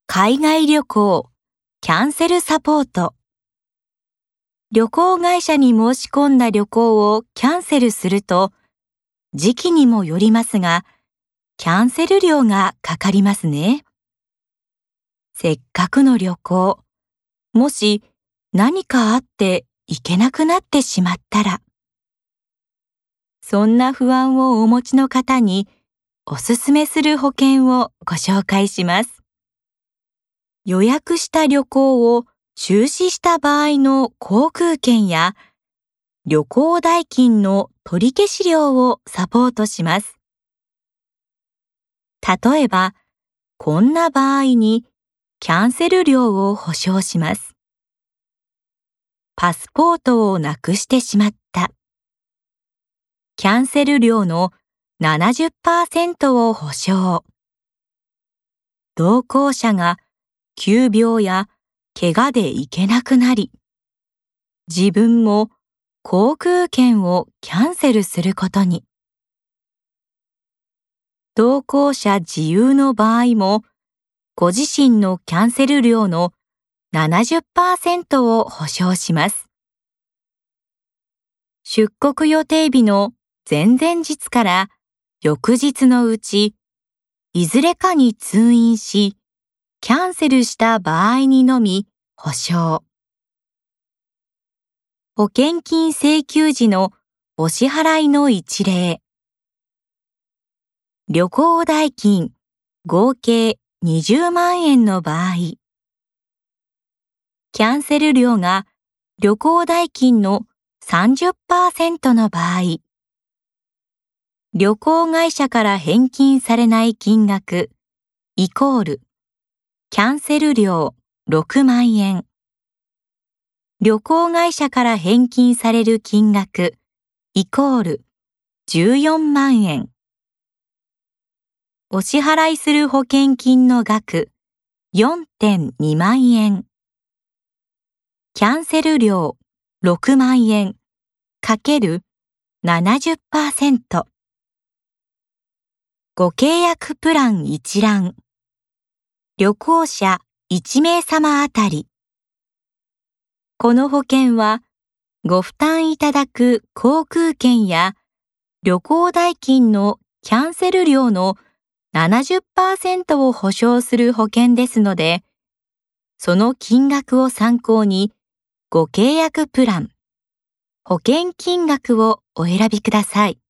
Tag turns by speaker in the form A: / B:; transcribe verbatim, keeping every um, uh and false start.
A: 海外旅行、キャンセルサポート。旅行会社に申し込んだ旅行をキャンセルすると、時期にもよりますが、キャンセル料がかかりますね。せっかくの旅行、もし何かあって行けなくなってしまったら、そんな不安をお持ちの方におすすめする保険をご紹介します。予約した旅行を中止した場合の航空券や旅行代金の取り消し料をサポートします。例えば、こんな場合にキャンセル料を保証します。パスポートをなくしてしまった。キャンセル料の ななじゅっパーセント を保証。同行者が急病や怪我で行けなくなり、自分も航空券をキャンセルすることに。同行者自由の場合も、ご自身のキャンセル料の ななじゅっパーセント を保証します。出国予定日の前々日から翌日のうち、いずれかに通院し、キャンセルした場合にのみ保証。保険金請求時のお支払いの一例。旅行代金合計にじゅうまんえんの場合、キャンセル料が旅行代金の さんじゅっパーセント の場合、旅行会社から返金されない金額イコールキャンセル料ろくまんえん、旅行会社から返金される金額イコールじゅうよんまんえん。お支払いする保険金の額 よんてんにまんえん。キャンセル料ろくまんえんかける ななじゅっパーセント。ご契約プラン一覧。旅行者いちめいさまあたり。この保険は、ご負担いただく航空券や旅行代金のキャンセル料の ななじゅっパーセント を保証する保険ですので、その金額を参考にご契約プラン、保険金額をお選びください。